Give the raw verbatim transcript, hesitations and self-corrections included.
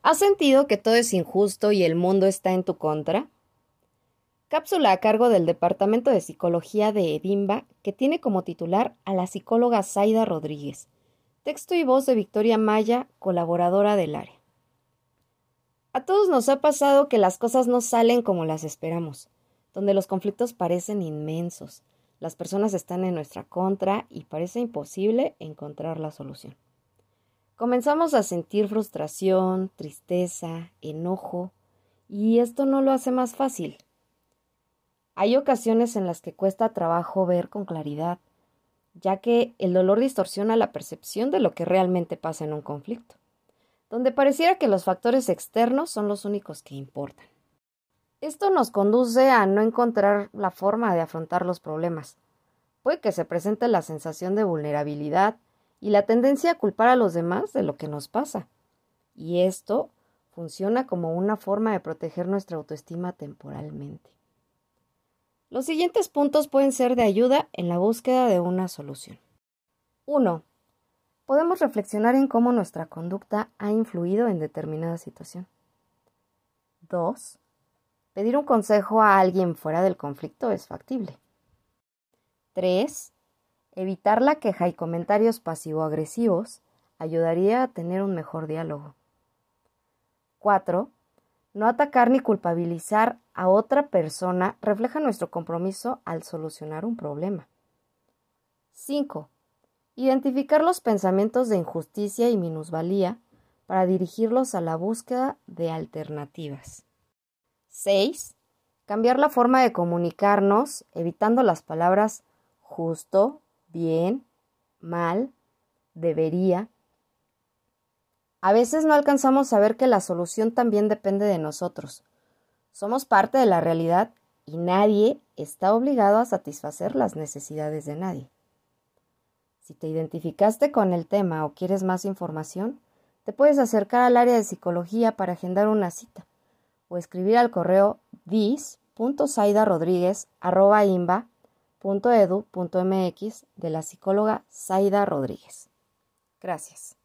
¿Has sentido que todo es injusto y el mundo está en tu contra? Cápsula a cargo del Departamento de Psicología de Edimba, que tiene como titular a la psicóloga Zaida Rodríguez. Texto y voz de Victoria Maya, colaboradora del área. A todos nos ha pasado que las cosas no salen como las esperamos, donde los conflictos parecen inmensos, las personas están en nuestra contra y parece imposible encontrar la solución. Comenzamos a sentir frustración, tristeza, enojo, y esto no lo hace más fácil. Hay ocasiones en las que cuesta trabajo ver con claridad, ya que el dolor distorsiona la percepción de lo que realmente pasa en un conflicto, donde pareciera que los factores externos son los únicos que importan. Esto nos conduce a no encontrar la forma de afrontar los problemas. Puede que se presente la sensación de vulnerabilidad y la tendencia a culpar a los demás de lo que nos pasa. Y esto funciona como una forma de proteger nuestra autoestima temporalmente. Los siguientes puntos pueden ser de ayuda en la búsqueda de una solución. uno. Podemos reflexionar en cómo nuestra conducta ha influido en determinada situación. dos. Pedir un consejo a alguien fuera del conflicto es factible. tres. Evitar la queja y comentarios pasivo-agresivos ayudaría a tener un mejor diálogo. cuatro. No atacar ni culpabilizar a otra persona refleja nuestro compromiso al solucionar un problema. cinco. Identificar los pensamientos de injusticia y minusvalía para dirigirlos a la búsqueda de alternativas. seis. Cambiar la forma de comunicarnos, evitando las palabras justo, bien, mal, debería. A veces no alcanzamos a ver que la solución también depende de nosotros. Somos parte de la realidad y nadie está obligado a satisfacer las necesidades de nadie. Si te identificaste con el tema o quieres más información, te puedes acercar al área de psicología para agendar una cita o escribir al correo dis punto zaida rodríguez arroba imba punto edu punto mx de la psicóloga Zaida Rodríguez. Gracias.